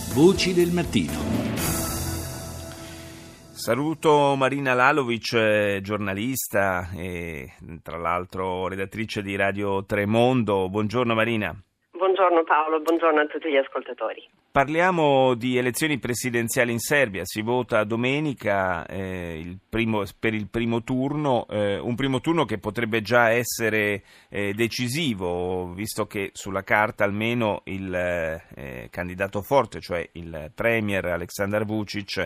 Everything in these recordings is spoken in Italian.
Voci del mattino. Saluto Marina Lalovic, giornalista e tra l'altro redattrice di Radio Tremondo. Buongiorno Marina. Buongiorno Paolo, buongiorno a tutti gli ascoltatori. Parliamo di elezioni presidenziali in Serbia. Si vota domenica per il primo turno, un primo turno che potrebbe già essere decisivo, visto che sulla carta almeno il candidato forte, cioè il premier Aleksandar Vučić,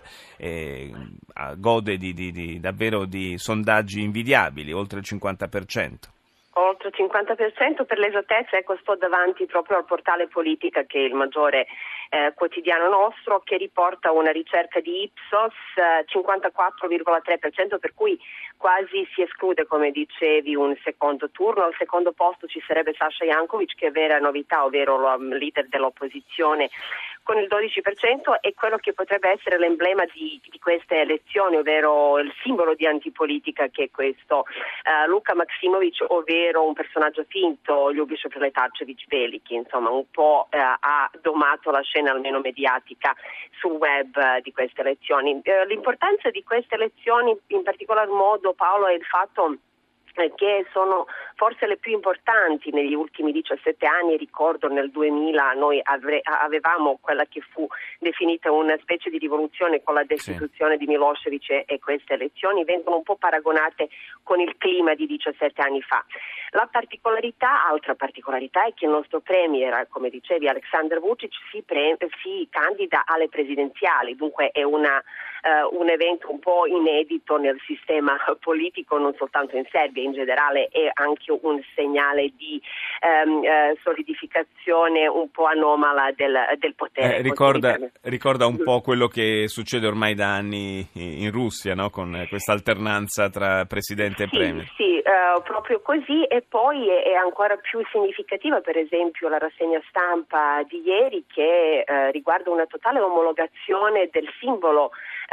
gode davvero di sondaggi invidiabili, oltre il 50%. Oltre il 50% per l'esattezza, sto davanti proprio al portale Politica, che è il maggiore quotidiano nostro, che riporta una ricerca di Ipsos, 54,3%, per cui quasi si esclude, come dicevi, un secondo turno. Al secondo posto ci sarebbe Saša Janković, che è vera novità, ovvero leader dell'opposizione, con il 12%, è quello che potrebbe essere l'emblema di queste elezioni, ovvero il simbolo di antipolitica, che è questo Luka Maksimović, ovvero un personaggio finto, Ljubiša Preletačević-Beli, che insomma un po' ha domato la scena almeno mediatica sul web di queste elezioni. L'importanza di queste elezioni, in particolar modo, Paolo, è il fatto che sono forse le più importanti negli ultimi 17 anni. Ricordo nel 2000 noi avevamo quella che fu definita una specie di rivoluzione con la destituzione di Milošević, e queste elezioni vengono un po' paragonate con il clima di 17 anni fa. Altra particolarità è che il nostro premier, come dicevi, Aleksandar Vučić, si candida alle presidenziali, dunque è un evento un po' inedito nel sistema politico, non soltanto in Serbia, in generale è anche un segnale di solidificazione un po' anomala del potere. Ricorda un po' quello che succede ormai da anni in Russia, no? Con questa alternanza tra presidente e premier. Sì, proprio così. E poi è ancora più significativa, per esempio, la rassegna stampa di ieri, che riguarda una totale omologazione del simbolo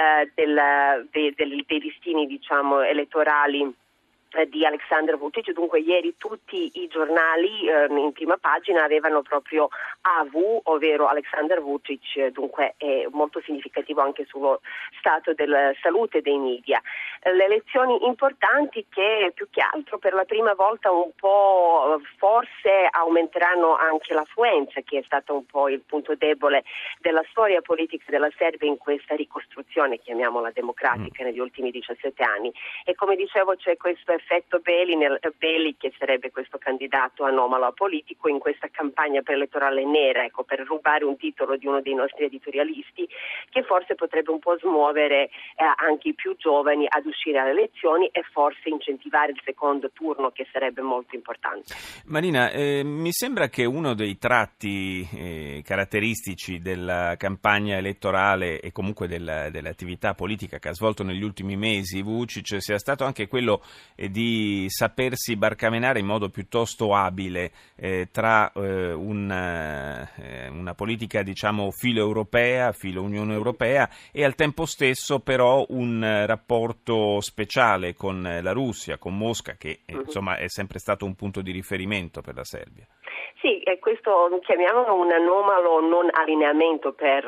dei listini, diciamo, elettorali di Aleksandar Vučić. Dunque ieri tutti i giornali in prima pagina avevano proprio AV, ovvero Aleksandar Vučić, dunque è molto significativo anche sullo stato della salute dei media. Le elezioni importanti che più che altro per la prima volta un po' forse aumenteranno anche l'affluenza, che è stato un po' il punto debole della storia politica della Serbia in questa ricostruzione, chiamiamola democratica, negli ultimi 17 anni. E come dicevo c'è questo effetto Beli, che sarebbe questo candidato anomalo apolitico in questa campagna preelettorale nera, per rubare un titolo di uno dei nostri editorialisti, che forse potrebbe un po' smuovere anche i più giovani ad uscire alle elezioni e forse incentivare il secondo turno, che sarebbe molto importante. Marina, mi sembra che uno dei tratti caratteristici della campagna elettorale e comunque dell'attività politica che ha svolto negli ultimi mesi Vučić sia stato anche quello di sapersi barcamenare in modo piuttosto abile tra una politica, diciamo, filo europea, filo Unione Europea, e al tempo stesso però un rapporto speciale con la Russia, con Mosca, che insomma è sempre stato un punto di riferimento per la Serbia. Sì, e questo chiamiamolo un anomalo non allineamento per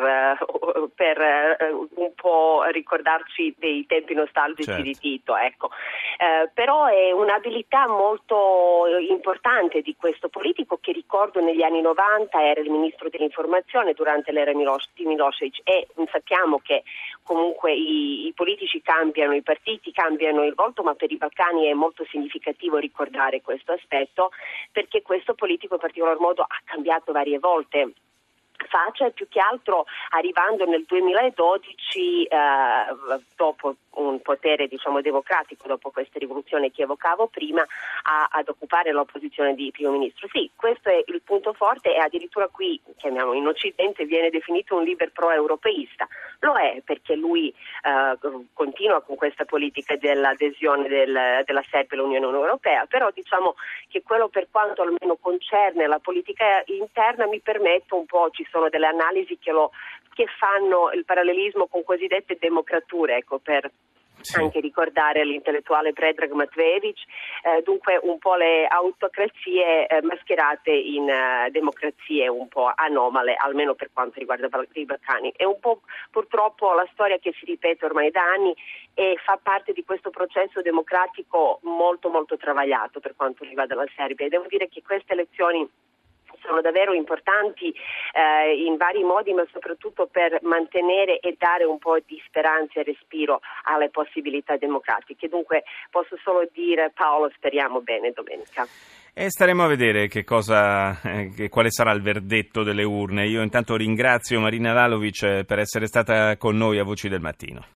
un po' ricordarci dei tempi nostalgici, certo, di Tito, però è un'abilità molto importante di questo politico, che ricordo negli anni 90 era il ministro dell'informazione durante l'era di Milošević, e sappiamo che comunque i politici cambiano, i partiti cambiano il volto, ma per i Balcani è molto significativo ricordare questo aspetto, perché questo politico in particolar modo ha cambiato varie volte faccia, e più che altro arrivando nel 2012 dopo un potere, diciamo, democratico, dopo questa rivoluzione che evocavo prima, ad occupare la posizione di primo ministro. Sì, questo è il punto forte, e addirittura qui, chiamiamo, in Occidente viene definito un leader pro-europeista. Lo è, perché lui continua con questa politica dell'adesione della Serbia all'Unione Europea, però diciamo che quello, per quanto almeno concerne la politica interna, mi permetto un po', ci sono delle analisi che fanno il parallelismo con cosiddette democrature, per Sì. Anche ricordare l'intellettuale Predrag Matvejevic, dunque un po' le autocrazie mascherate in democrazie un po' anomale, almeno per quanto riguarda i Balcani. È un po' purtroppo la storia che si ripete ormai da anni e fa parte di questo processo democratico molto molto travagliato per quanto riguarda la Serbia. E devo dire che queste elezioni sono davvero importanti in vari modi, ma soprattutto per mantenere e dare un po' di speranza e respiro alle possibilità democratiche. Dunque posso solo dire, Paolo, speriamo bene domenica. E staremo a vedere quale sarà il verdetto delle urne. Io intanto ringrazio Marina Lalovic per essere stata con noi a Voci del Mattino.